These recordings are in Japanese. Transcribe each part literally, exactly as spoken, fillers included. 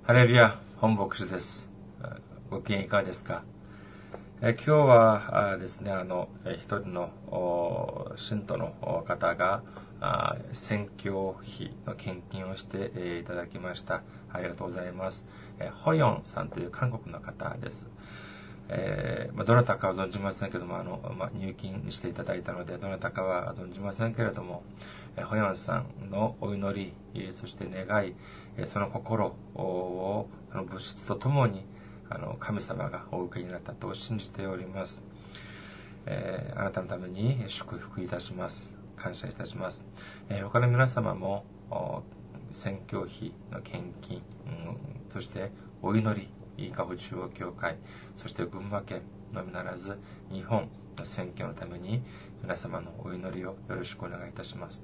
ハレルヤ本牧師です。ご機嫌いかがですか？え今日はあですね、あの一人の信徒の方があ宣教費の献金をして、えー、いただきました。ありがとうございます。えホヨンさんという韓国の方です。えーまあ、どなたかは存じませんけども、あの、まあ、入金していただいたので、どなたかは存じませんけれども、えホヨンさんのお祈り、そして願い、その心を、その物質とともに、あの、神様がお受けになったと信じております。えー、あなたのために祝福いたします。感謝いたします。えー、他の皆様も、宣教費の献金、うん、そしてお祈り、イーカフ中央教会、そして群馬県のみならず日本の選挙のために皆様のお祈りをよろしくお願いいたします。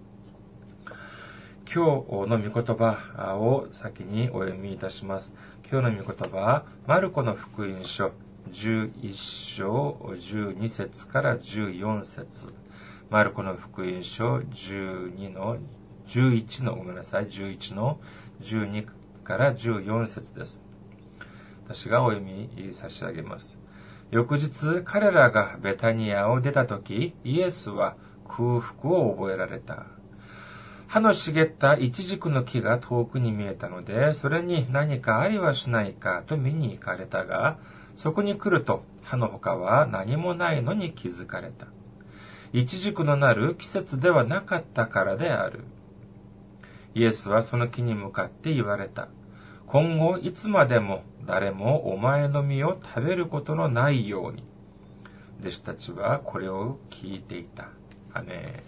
今日の御言葉を先にお読みいたします。今日の御言葉はマルコの福音書じゅういっ章じゅうに節からじゅうよん節、マルコの福音書じゅうにのじゅういちのごめんなさいじゅういちのじゅうにからじゅうよん節です。私がお読み差し上げます。翌日、彼らがベタニアを出たとき、イエスは空腹を覚えられた。葉の茂ったイチジクの木が遠くに見えたので、それに何かありはしないかと見に行かれたが、そこに来ると葉の他は何もないのに気づかれた。イチジクのなる季節ではなかったからである。イエスはその木に向かって言われた。今後いつまでも誰もお前の実を食べることのないように。弟子たちはこれを聞いていた。アメン。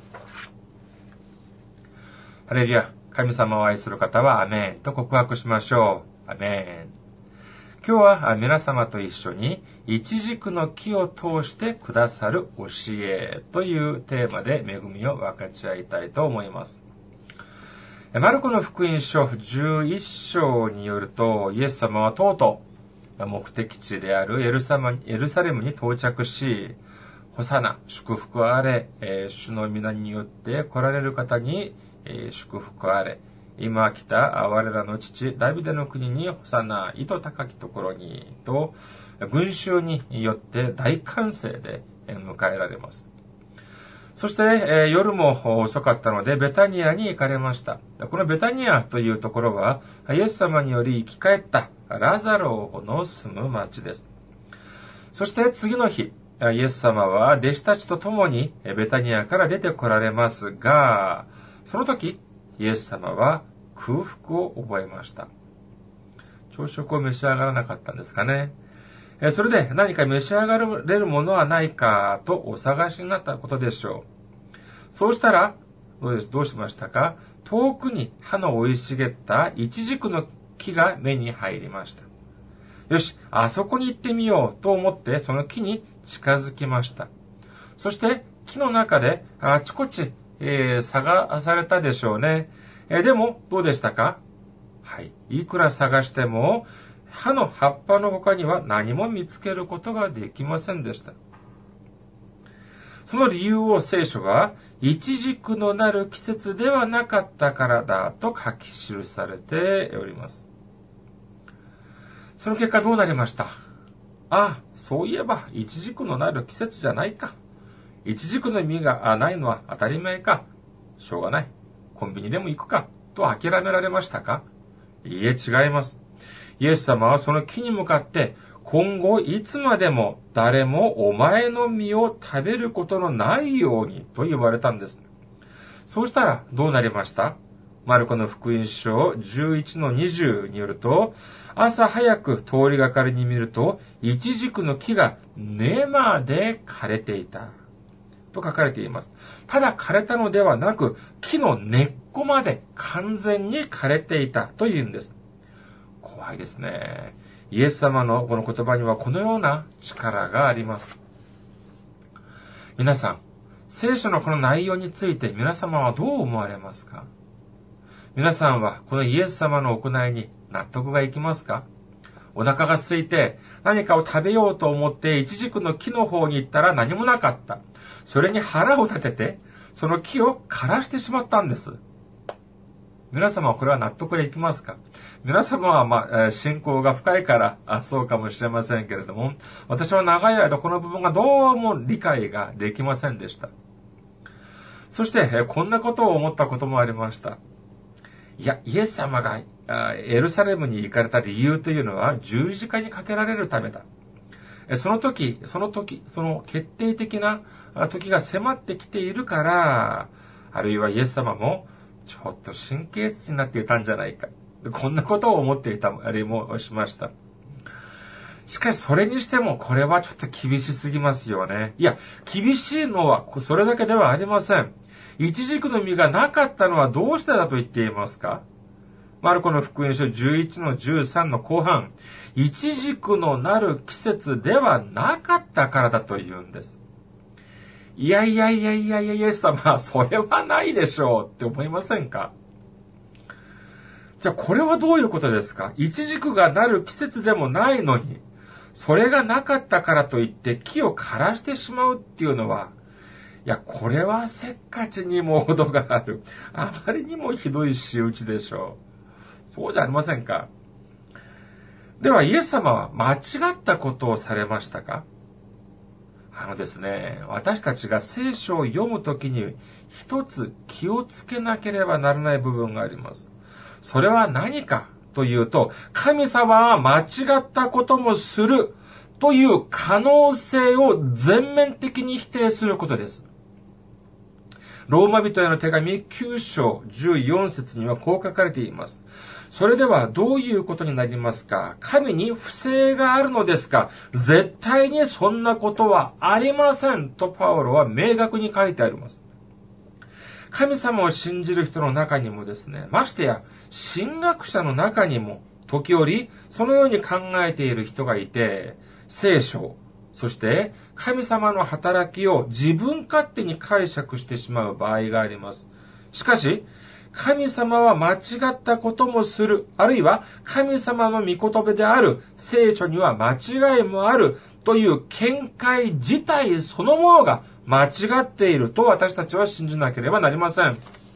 ハレルヤ。神様を愛する方はアメンと告白しましょう。アメン。今日は皆様と一緒にイチジクの木を通してくださる教えというテーマで恵みを分かち合いたいと思います。マルコの福音書じゅういっ章によると、イエス様はとうとう目的地であるエルサレムに到着し、ホサナ、祝福あれ、えー、主の皆によって来られる方に、えー、祝福あれ、今来た我らの父ダビデの国にホサナ、意図高きところにと群衆によって大歓声で迎えられます。そして、えー、夜も遅かったのでベタニアに行かれました。このベタニアというところはイエス様により生き返ったラザロの住む町です。そして次の日、イエス様は弟子たちと共にベタニアから出てこられますが、その時イエス様は空腹を覚えました。朝食を召し上がらなかったんですかね。それで何か召し上がれるものはないかとお探しになったことでしょう。そうしたら、どうしましたか？遠くに葉の生い茂ったイチジクの木が目に入りました。よし、あそこに行ってみようと思ってその木に近づきました。そして木の中であちこち、えー、探されたでしょうね。えー、でもどうでしたか？はい。いくら探しても葉の葉っぱの他には何も見つけることができませんでした。その理由を聖書は、イチジクのなる季節ではなかったからだと書き記されております。その結果どうなりました？あ、そういえば、イチジクのなる季節じゃないか。イチジクの実がないのは当たり前か。しょうがない。コンビニでも行くか。と諦められましたか？いいえ、違います。イエス様はその木に向かって、今後いつまでも誰もお前の実を食べることのないようにと言われたんです。そうしたらどうなりました？マルコの福音書じゅういちのにじゅうによると、朝早く通りがかりに見ると、イチジクの木が根まで枯れていた。と書かれています。ただ枯れたのではなく、木の根っこまで完全に枯れていたというんです。怖いですね。イエス様のこの言葉にはこのような力があります。皆さん、聖書のこの内容について皆様はどう思われますか？皆さんはこのイエス様の行いに納得がいきますか？お腹が空いて何かを食べようと思ってイチジクの木の方に行ったら何もなかった。それに腹を立ててその木を枯らしてしまったんです。 皆様はこれは納得できますか？皆様は、まあ、信仰が深いからあそうかもしれませんけれども、私は長い間この部分がどうも理解ができませんでした。そして、こんなことを思ったこともありました。いや、イエス様がエルサレムに行かれた理由というのは十字架にかけられるためだ。その時、その時、その決定的な時が迫ってきているから、あるいはイエス様もちょっと神経質になっていたんじゃないか。こんなことを思っていたりもしました。しかしそれにしてもこれはちょっと厳しすぎますよね。いや、厳しいのはそれだけではありません。一軸の実がなかったのはどうしてだと言っていますか？マルコの福音書じゅういちのじゅうさんの後半、一軸のなる季節ではなかったからだと言うんです。いやいやいやいやいやイエス様、それはないでしょうって思いませんか？じゃあこれはどういうことですか？一軸がなる季節でもないのに、それがなかったからといって木を枯らしてしまうっていうのは、いや、これはせっかちにも程がある。あまりにもひどい仕打ちでしょう。そうじゃありませんか？ではイエス様は間違ったことをされましたか？あのですね、私たちが聖書を読むときに一つ気をつけなければならない部分があります。それは何かというと、神様は間違ったこともするという可能性を全面的に否定することです。ローマ人への手紙きゅう章じゅうよん節にはこう書かれています。それではどういうことになりますか？神に不正があるのですか？絶対にそんなことはありませんとパウロは明確に書いてあります。神様を信じる人の中にもですね、ましてや神学者の中にも時折そのように考えている人がいて、聖書、そして神様の働きを自分勝手に解釈してしまう場合があります。しかし、神様は間違ったこともする、あるいは神様の御言葉である聖書には間違いもあるという見解自体そのものが間違っていると私たちは信じなければなりません。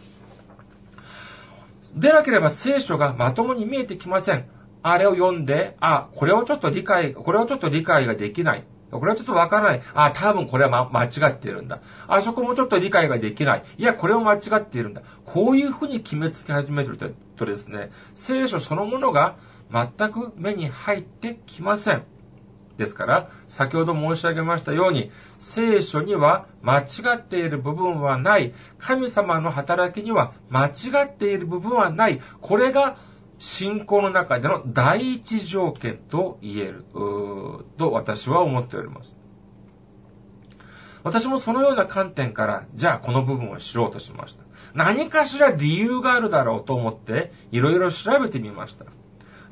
でなければ聖書がまともに見えてきません。あれを読んで、あ、これをちょっと理解、これをちょっと理解ができない。これはちょっとわからない。あ、多分これは、ま、間違っているんだ。あそこもちょっと理解ができない。いや、これも間違っているんだ。こういうふうに決めつけ始めるとですね、聖書そのものが全く目に入ってきません。ですから、先ほど申し上げましたように、聖書には間違っている部分はない。神様の働きには間違っている部分はない。これが信仰の中での第一条件と言えると私は思っております。私もそのような観点から、じゃあこの部分を知ろうとしました。何かしら理由があるだろうと思って、いろいろ調べてみました。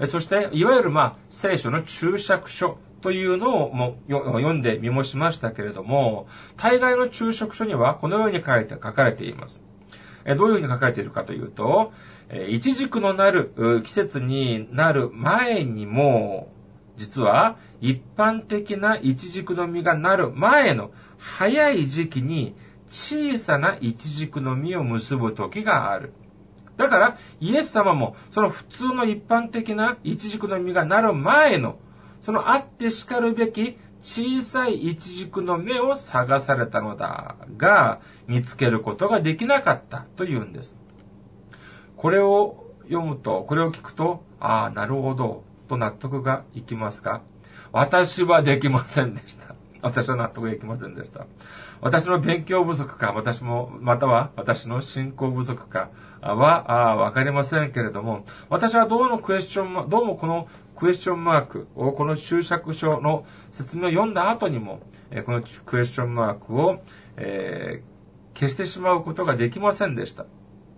そして、いわゆるまあ、聖書の注釈書というのをも読んでみもしましたけれども、大概の注釈書にはこのように書いて、書かれています。どういうふうに書かれているかというと、一軸のなる季節になる前にも、実は一般的な一軸の実がなる前の早い時期に小さな一軸の実を結ぶ時がある。だからイエス様もその普通の一般的な一軸の実がなる前のそのあってしかるべき小さい一軸の芽を探されたのだが見つけることができなかったというんです。これを読むと、これを聞くと、ああ、なるほど、と納得がいきますか？私はできませんでした。私は納得できませんでした。私の勉強不足か、私も、または私の信仰不足かは、わかりませんけれども、私はどうのクエスチョン、どうもこのクエスチョンマークを、この注釈書の説明を読んだ後にも、このクエスチョンマークを、えー、消してしまうことができませんでした。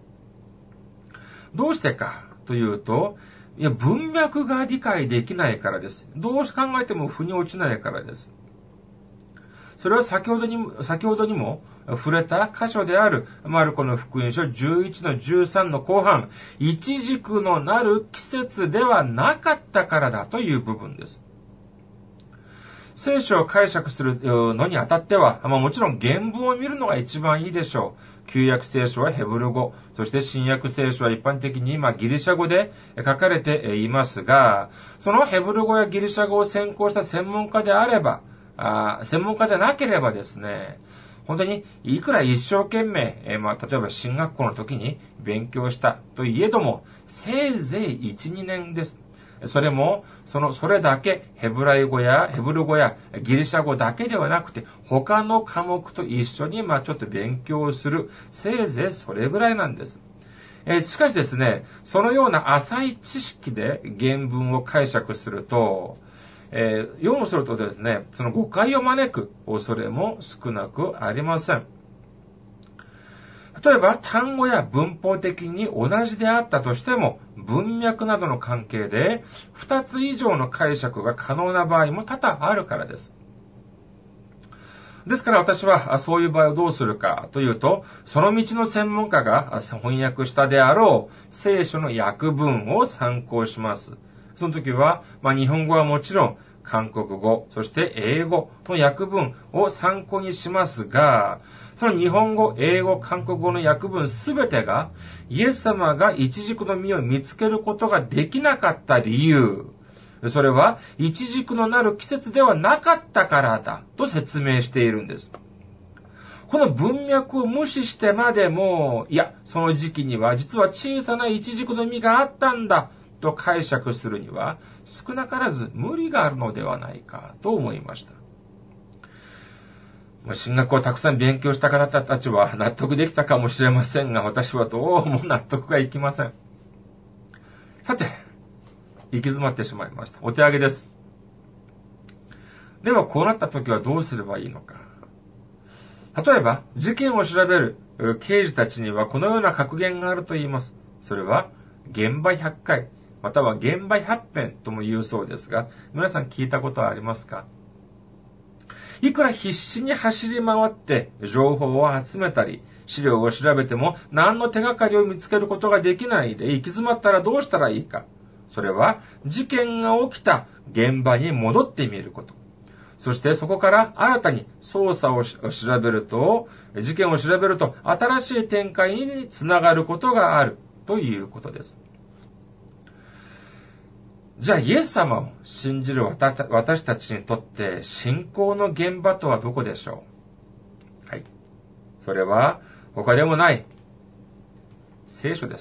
どうしてかというと、いや、文脈が理解できないからです。どう考えても腑に落ちないからです。それは先ほどにも、先ほどにも触れた箇所である、マルコの福音書じゅういちのじゅうさんの後半、一軸のなる季節ではなかったからだという部分です。 聖書を解釈するのにあたっては、まあ、もちろん原文を見るのが一番いいでしょう。旧約聖書はヘブル語、そして新約聖書は一般的に今ギリシャ語で書かれていますが、そのヘブル語やギリシャ語を専攻した専門家であれば、あ専門家でなければですね、本当にいくら一生懸命、えー、まあ、例えば進学校の時に勉強したといえども、せいぜいいち、にねんです。それも、その、それだけ、ヘブライ語や、ヘブル語や、ギリシャ語だけではなくて、他の科目と一緒に、まあちょっと勉強する。せいぜいそれぐらいなんです。えー、しかしですね、そのような浅い知識で原文を解釈すると、えー、読むするとですね、その誤解を招く恐れも少なくありません。例えば、単語や文法的に同じであったとしても、文脈などの関係で、二つ以上の解釈が可能な場合も多々あるからです。ですから私は、そういう場合をどうするかというと、その道の専門家が翻訳したであろう聖書の訳文を参考します。その時は、まあ、日本語はもちろん、韓国語、そして英語の訳文を参考にしますが、その日本語、英語、韓国語の訳文すべてが、イエス様が一軸の実を見つけることができなかった理由、それは一軸のなる季節ではなかったからだと説明しているんです。この文脈を無視してまでも、いや、その時期には実は小さな一軸の実があったんだと解釈するには少なからず無理があるのではないかと思いました。進学をたくさん勉強した方たちは納得できたかもしれませんが、私はどうも納得がいきません。さて、行き詰まってしまいました。お手上げです。では、こうなった時はどうすればいいのか。例えば、事件を調べる刑事たちにはこのような格言があると言います。それは、現場ひゃっかい、または現場ひゃっぺんとも言うそうですが、皆さん聞いたことはありますか？いくら必死に走り回って情報を集めたり、資料を調べても何の手がかりを見つけることができないで行き詰まったらどうしたらいいか。それは事件が起きた現場に戻ってみること。そしてそこから新たに捜査を調べると、事件を調べると新しい展開につながることがあるということです。じゃあイエス様を信じる私た、私たちにとって信仰の現場とはどこでしょう？はい。それは他でもない聖書です。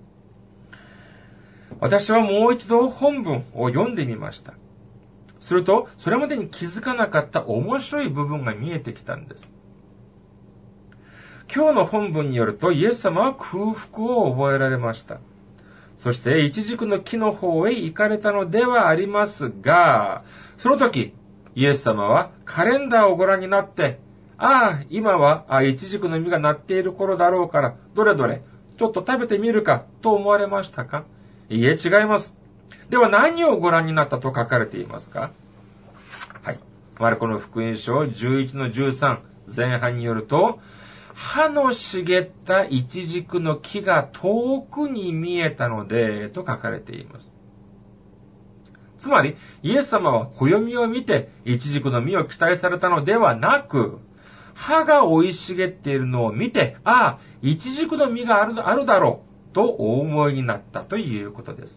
私はもう一度本文を読んでみました。すると、それまでに気づかなかった面白い部分が見えてきたんです。今日の本文によると、イエス様は空腹を覚えられました。そして、一軸の木の方へ行かれたのではありますが、その時、イエス様はカレンダーをご覧になって、ああ、今はあ一軸の実がなっている頃だろうから、どれどれ、ちょっと食べてみるか、と思われましたか？いいえ、違います。では何をご覧になったと書かれていますか？はい。マルコの福音書じゅういちのじゅうさん前半によると、葉の茂ったイチジクの木が遠くに見えたので、と書かれています。つまり、イエス様は暦を見て、イチジクの実を期待されたのではなく、葉が生い茂っているのを見て、ああ、イチジクの実がある、あるだろう、とお思いになったということです。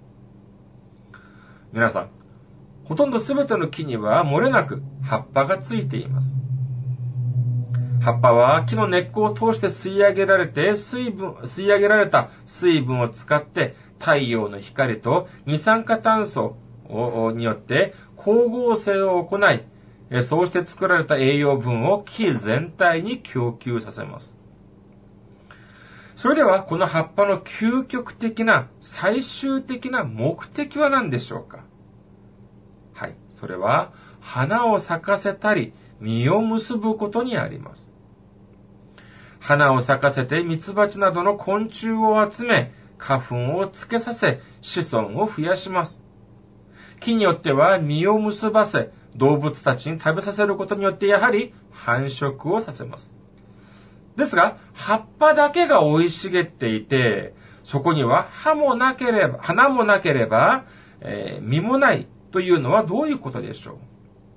皆さん、ほとんどすべての木には漏れなく葉っぱがついています。葉っぱは木の根っこを通して吸い上げられて、水分、吸い上げられた水分を使って太陽の光と二酸化炭素によって光合成を行い、そうして作られた栄養分を木全体に供給させます。それでは、この葉っぱの究極的な最終的な目的は何でしょうか？はい。それは、花を咲かせたり、実を結ぶことにあります。花を咲かせてミツバチなどの昆虫を集め、花粉をつけさせ、子孫を増やします。木によっては実を結ばせ、動物たちに食べさせることによってやはり繁殖をさせます。ですが、葉っぱだけが生い茂っていて、そこには葉もなければ、花もなければ、えー、実もないというのはどういうことでしょう？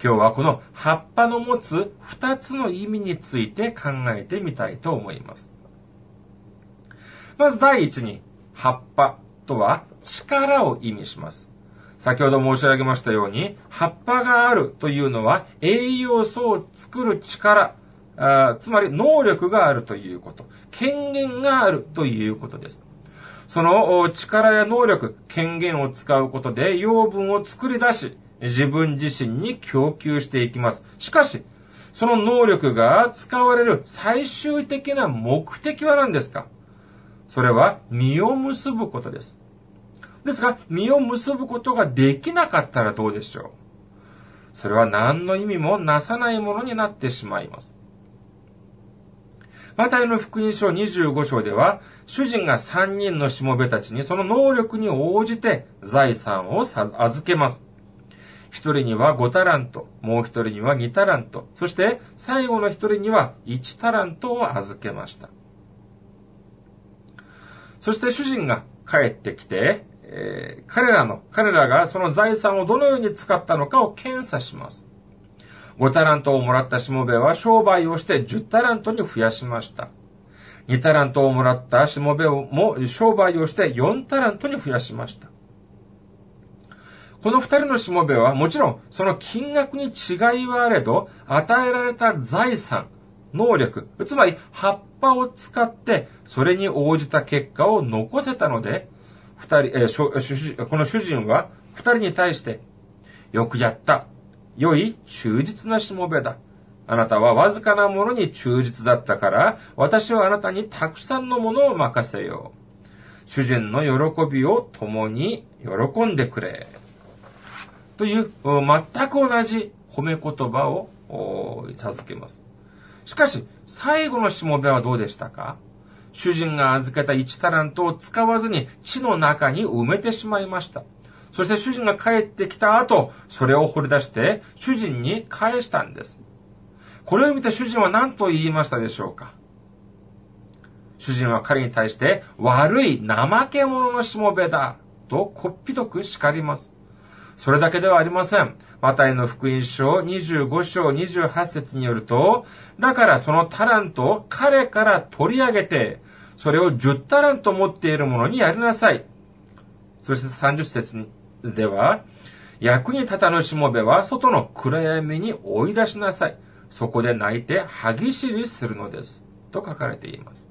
今日はこの葉っぱの持つ二つの意味について考えてみたいと思います。まず第一に、葉っぱとは力を意味します。先ほど申し上げましたように、葉っぱがあるというのは栄養素を作る力、あつまり能力があるということ、権限があるということです。その力や能力、権限を使うことで養分を作り出し、自分自身に供給していきます。しかし、その能力が使われる最終的な目的は何ですか？それは実を結ぶことです。ですが、実を結ぶことができなかったらどうでしょう？それは何の意味もなさないものになってしまいます。マタイの福音書にじゅうご章では、主人が三人のしもべたちにその能力に応じて財産を預けます。一人にはごタラント、もう一人にはにタラント、そして最後の一人にはいちタラントを預けました。そして主人が帰ってきて、えー、彼らの、彼らがその財産をどのように使ったのかを検査します。ごタラントをもらったしもべは商売をしてじゅうタラントに増やしました。にタラントをもらったしもべも商売をしてよんタラントに増やしました。この二人のしもべはもちろんその金額に違いはあれど、与えられた財産、能力、つまり葉っぱを使ってそれに応じた結果を残せたので、二人、えー、この主人は二人に対して、よくやった。良い忠実なしもべだ。あなたはわずかなものに忠実だったから、私はあなたにたくさんのものを任せよう。主人の喜びを共に喜んでくれ。という、全く同じ褒め言葉を授けます。しかし、最後のしもべはどうでしたか？主人が預けたいちタラントを使わずに地の中に埋めてしまいました。そして主人が帰ってきた後、それを掘り出して主人に返したんです。これを見て主人は何と言いましたでしょうか？主人は彼に対して、悪い怠け者のしもべだとこっぴどく叱ります。それだけではありません。マタイの福音書にじゅうご章にじゅうはち節によると、だからそのタラントを彼から取り上げて、それをじゅうタラント持っている者にやりなさい。そしてさんじゅう節では、役に立たぬしもべは外の暗闇に追い出しなさい。そこで泣いて歯ぎしりするのです。と書かれています。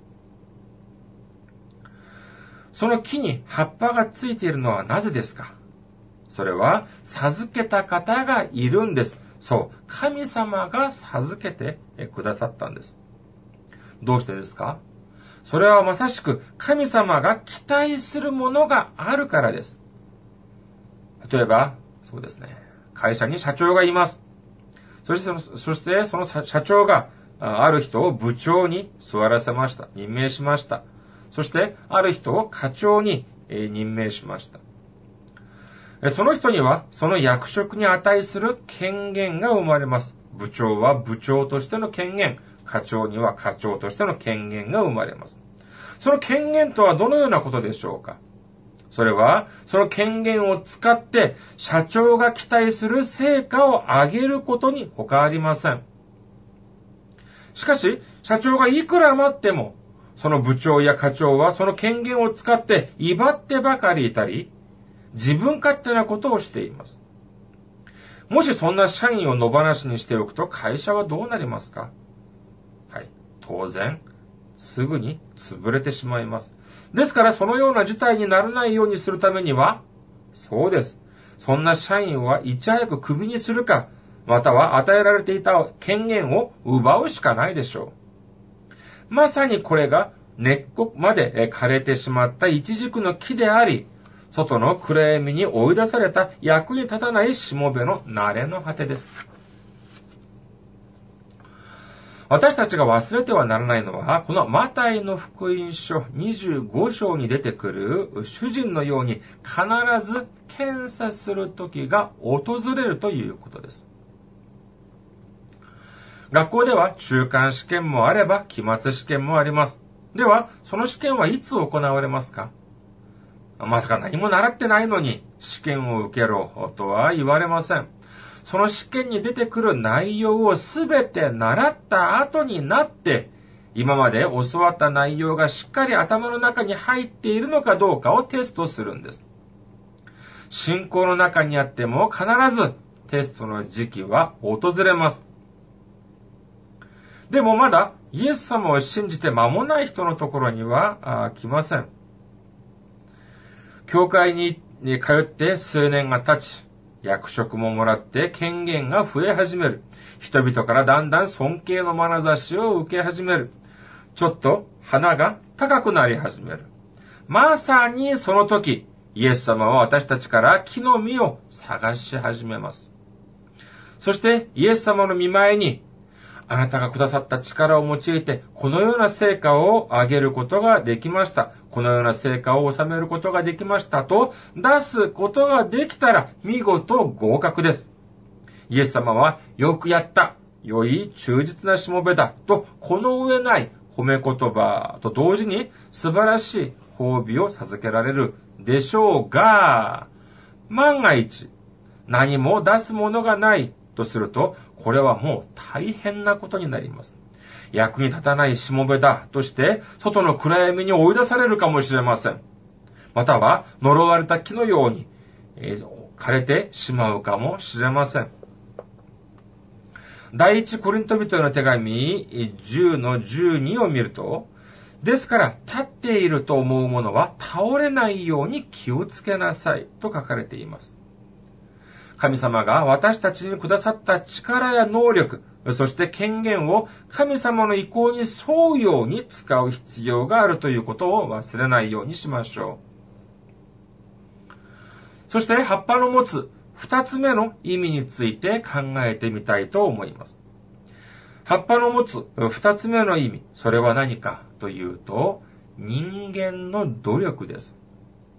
その木に葉っぱがついているのはなぜですか？それは授けた方がいるんです。そう、神様が授けてくださったんです。どうしてですか？それはまさしく神様が期待するものがあるからです。例えば、そうですね、会社に社長がいます。そしてその、そしてその社長がある人を部長に座らせました。任命しました。そしてある人を課長に任命しました。その人にはその役職に値する権限が生まれます。部長は部長としての権限、課長には課長としての権限が生まれます。その権限とはどのようなことでしょうか？それは、その権限を使って社長が期待する成果を上げることに他ありません。しかし、社長がいくら待っても、その部長や課長はその権限を使って威張ってばかりいたり、自分勝手なことをしています。もしそんな社員を野放しにしておくと会社はどうなりますか？はい。当然、すぐに潰れてしまいます。ですからそのような事態にならないようにするためには、そうです。そんな社員はいち早くクビにするか、または与えられていた権限を奪うしかないでしょう。まさにこれが根っこまで枯れてしまったイチジクの木であり、外の暗闇に追い出された役に立たないしもべの慣れの果てです。私たちが忘れてはならないのは、このマタイの福音書にじゅうご章に出てくる主人のように必ず検査する時が訪れるということです。学校では中間試験もあれば期末試験もあります。では、その試験はいつ行われますか？まさか何も習ってないのに試験を受けろとは言われません。 その試験に出てくる内容をすべて習った後になって、今まで教わった内容がしっかり頭の中に入っているのかどうかをテストするんです。信仰の中にあっても必ずテストの時期は訪れます。でもまだイエス様を信じて間もない人のところには来ません。教会に通って数年が経ち、役職ももらって権限が増え始める。人々からだんだん尊敬の眼差しを受け始める。ちょっと鼻が高くなり始める。まさにその時、イエス様は私たちから木の実を探し始めます。そしてイエス様の御前に、あなたがくださった力を用いて、このような成果を上げることができました。このような成果を収めることができましたと出すことができたら見事合格です。イエス様はよくやった。良い忠実なしもべだ。とこの上ない褒め言葉と同時に素晴らしい褒美を授けられるでしょうが、万が一何も出すものがないとすると、これはもう大変なことになります。役に立たないしもべだとして、外の暗闇に追い出されるかもしれません。または、呪われた木のように、えー、枯れてしまうかもしれません。第一コリント人への手紙じゅうのじゅうにを見ると、ですから、立っていると思うものは倒れないように気をつけなさいと書かれています。神様が私たちにくださった力や能力、そして権限を神様の意向に沿うように使う必要があるということを忘れないようにしましょう。そして葉っぱの持つ二つ目の意味について考えてみたいと思います。葉っぱの持つ二つ目の意味、それは何かというと、人間の努力です。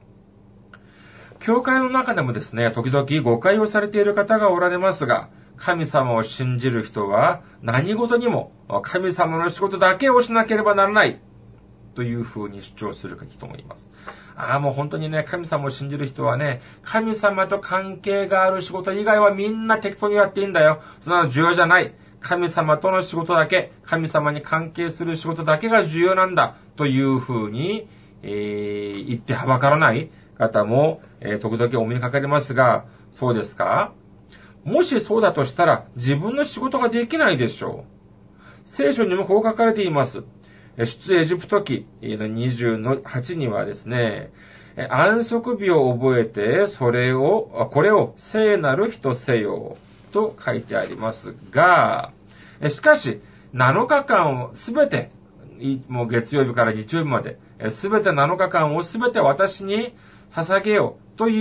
教会の中でもですね、時々誤解をされている方がおられますが、神様を信じる人は何事にも神様の仕事だけをしなければならないというふうに主張する人もいます。ああ、もう本当にね、神様を信じる人はね、神様と関係がある仕事以外はみんな適当にやっていいんだよ。そんなの重要じゃない。神様との仕事だけ、神様に関係する仕事だけが重要なんだというふうに、えー、言ってはばからない方も、えー、時々お目にかかりますが、そうですか？もしそうだとしたら、自分の仕事ができないでしょう。聖書にもこう書かれています。出エジプト記にじゅうのはちにはですね、安息日を覚えて、それを、これを聖なる日とせよ、と書いてありますが、しかし、なのかかんをすべて、もう月曜日から日曜日まで、すべてなのかかんをすべて私に捧げようという、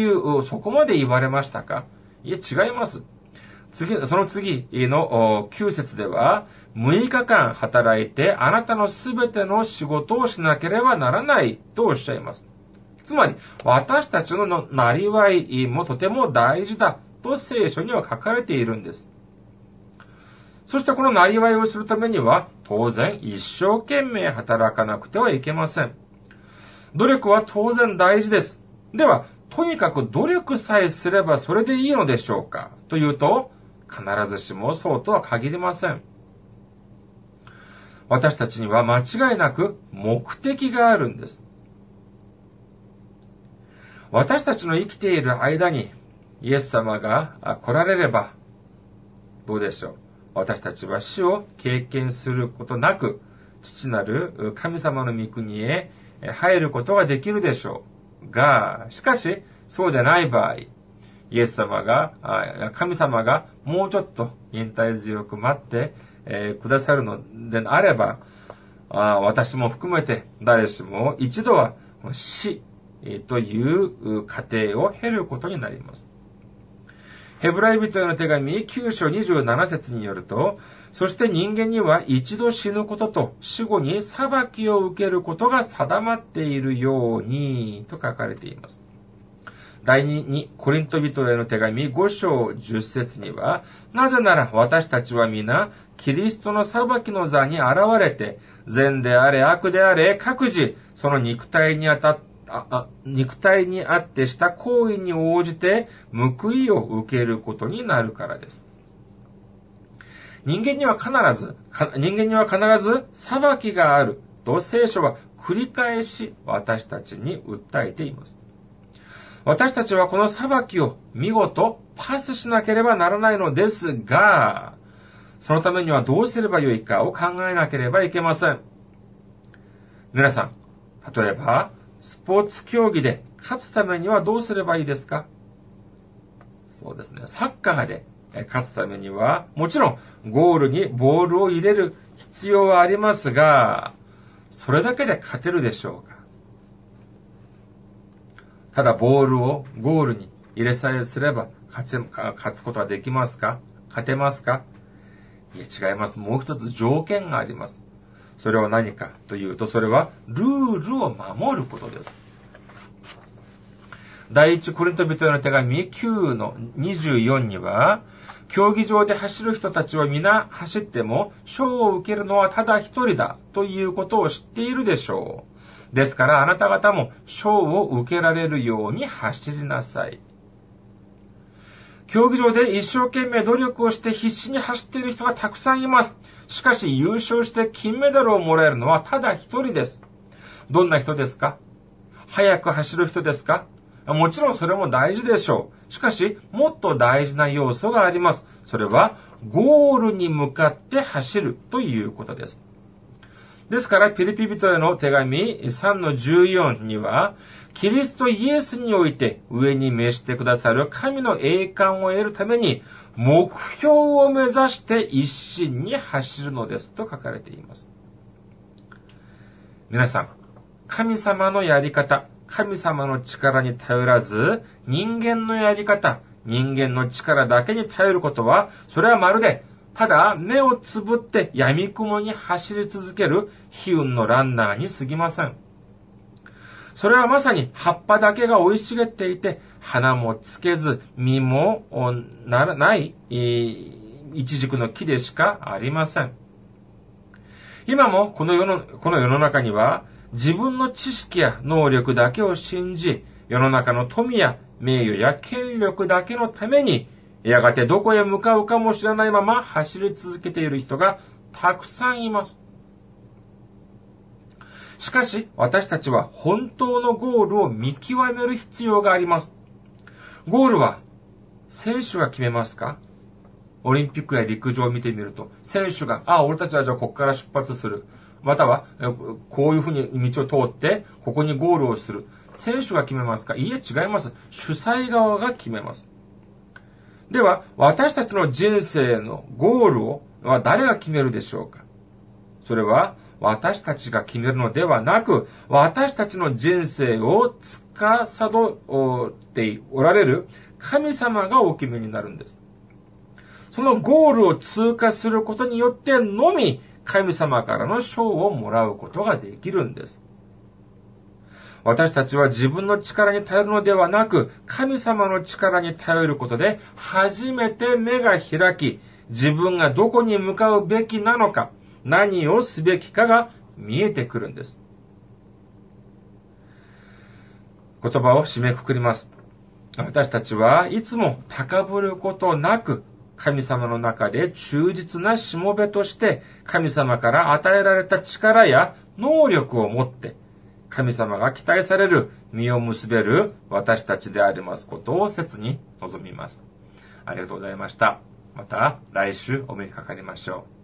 そこまで言われましたか？いえ、違います。次、その次のきゅう節では、むいかかん働いてあなたのすべての仕事をしなければならないとおっしゃいます。つまり、私たちのなりわいもとても大事だと聖書には書かれているんです。そしてこのなりわいをするためには、当然一生懸命働かなくてはいけません。努力は当然大事です。では、とにかく努力さえすればそれでいいのでしょうかというと、必ずしもそうとは限りません。私たちには間違いなく目的があるんです。私たちの生きている間にイエス様が来られればどうでしょう。私たちは死を経験することなく、父なる神様の御国へ入ることができるでしょう。が、しかしそうでない場合、イエス様が、神様がもうちょっと忍耐強く待って、えー、くださるのであれば、あ私も含めて誰しも一度は死という過程を経ることになります。ヘブライ人への手紙きゅう章にじゅうなな節によると、そして人間には一度死ぬことと死後に裁きを受けることが定まっているようにと書かれています。第二コリント人への手紙ご章じゅっ節には、なぜなら私たちは皆キリストの裁きの座に現れて、善であれ悪であれ各自その肉体にあたっああ肉体にあってした行為に応じて報いを受けることになるからです。人間には必ず、人間には必ず裁きがあると聖書は繰り返し私たちに訴えています。私たちはこの裁きを見事パスしなければならないのですが、そのためにはどうすればよいかを考えなければいけません。皆さん、例えば、スポーツ競技で勝つためにはどうすればいいですか？そうですね。サッカーで勝つためには、もちろんゴールにボールを入れる必要はありますが、それだけで勝てるでしょうか？ただボールをゴールに入れさえすれば勝ち、勝つことはできますか？勝てますか？いや、違います。もう一つ条件があります。それは何かというと、それはルールを守ることです。第一コリント人への手紙きゅうのにじゅうよんには、競技場で走る人たちは皆走っても賞を受けるのはただ一人だということを知っているでしょう。ですからあなた方も賞を受けられるように走りなさい。競技場で一生懸命努力をして必死に走っている人がたくさんいます。しかし優勝して金メダルをもらえるのはただ一人です。どんな人ですか？速く走る人ですか？もちろんそれも大事でしょう。しかし、もっと大事な要素があります。それは、ゴールに向かって走るということです。ですから、ピリピ人への手紙さんのじゅうよんには、キリストイエスにおいて上に召してくださる神の栄冠を得るために、目標を目指して一心に走るのですと書かれています。皆さん、神様のやり方、神様の力に頼らず、人間のやり方、人間の力だけに頼ることは、それはまるで、ただ目をつぶって闇雲に走り続ける悲運のランナーに過ぎません。それはまさに葉っぱだけが生い茂っていて、花もつけず、実もならない、イチジクの木でしかありません。今もこの世の、この世の中には、自分の知識や能力だけを信じ、世の中の富や名誉や権力だけのために、やがてどこへ向かうかも知らないまま走り続けている人がたくさんいます。しかし、私たちは本当のゴールを見極める必要があります。ゴールは、選手が決めますか？オリンピックや陸上を見てみると、選手が、ああ、俺たちはじゃあここから出発する。または、こういうふうに道を通って、ここにゴールをする。選手が決めますか？いいえ、違います。主催側が決めます。では、私たちの人生のゴールを、は誰が決めるでしょうか？それは、私たちが決めるのではなく、私たちの人生を司っておられる神様がお決めになるんです。そのゴールを通過することによってのみ、神様からの賞をもらうことができるんです。私たちは自分の力に頼るのではなく、神様の力に頼ることで、初めて目が開き、自分がどこに向かうべきなのか、何をすべきかが見えてくるんです。言葉を締めくくります。私たちはいつも高ぶることなく、神様の中で忠実なしもべとして、神様から与えられた力や能力を持って、神様が期待される実を結べる私たちでありますことを切に望みます。ありがとうございました。また来週お目にかかりましょう。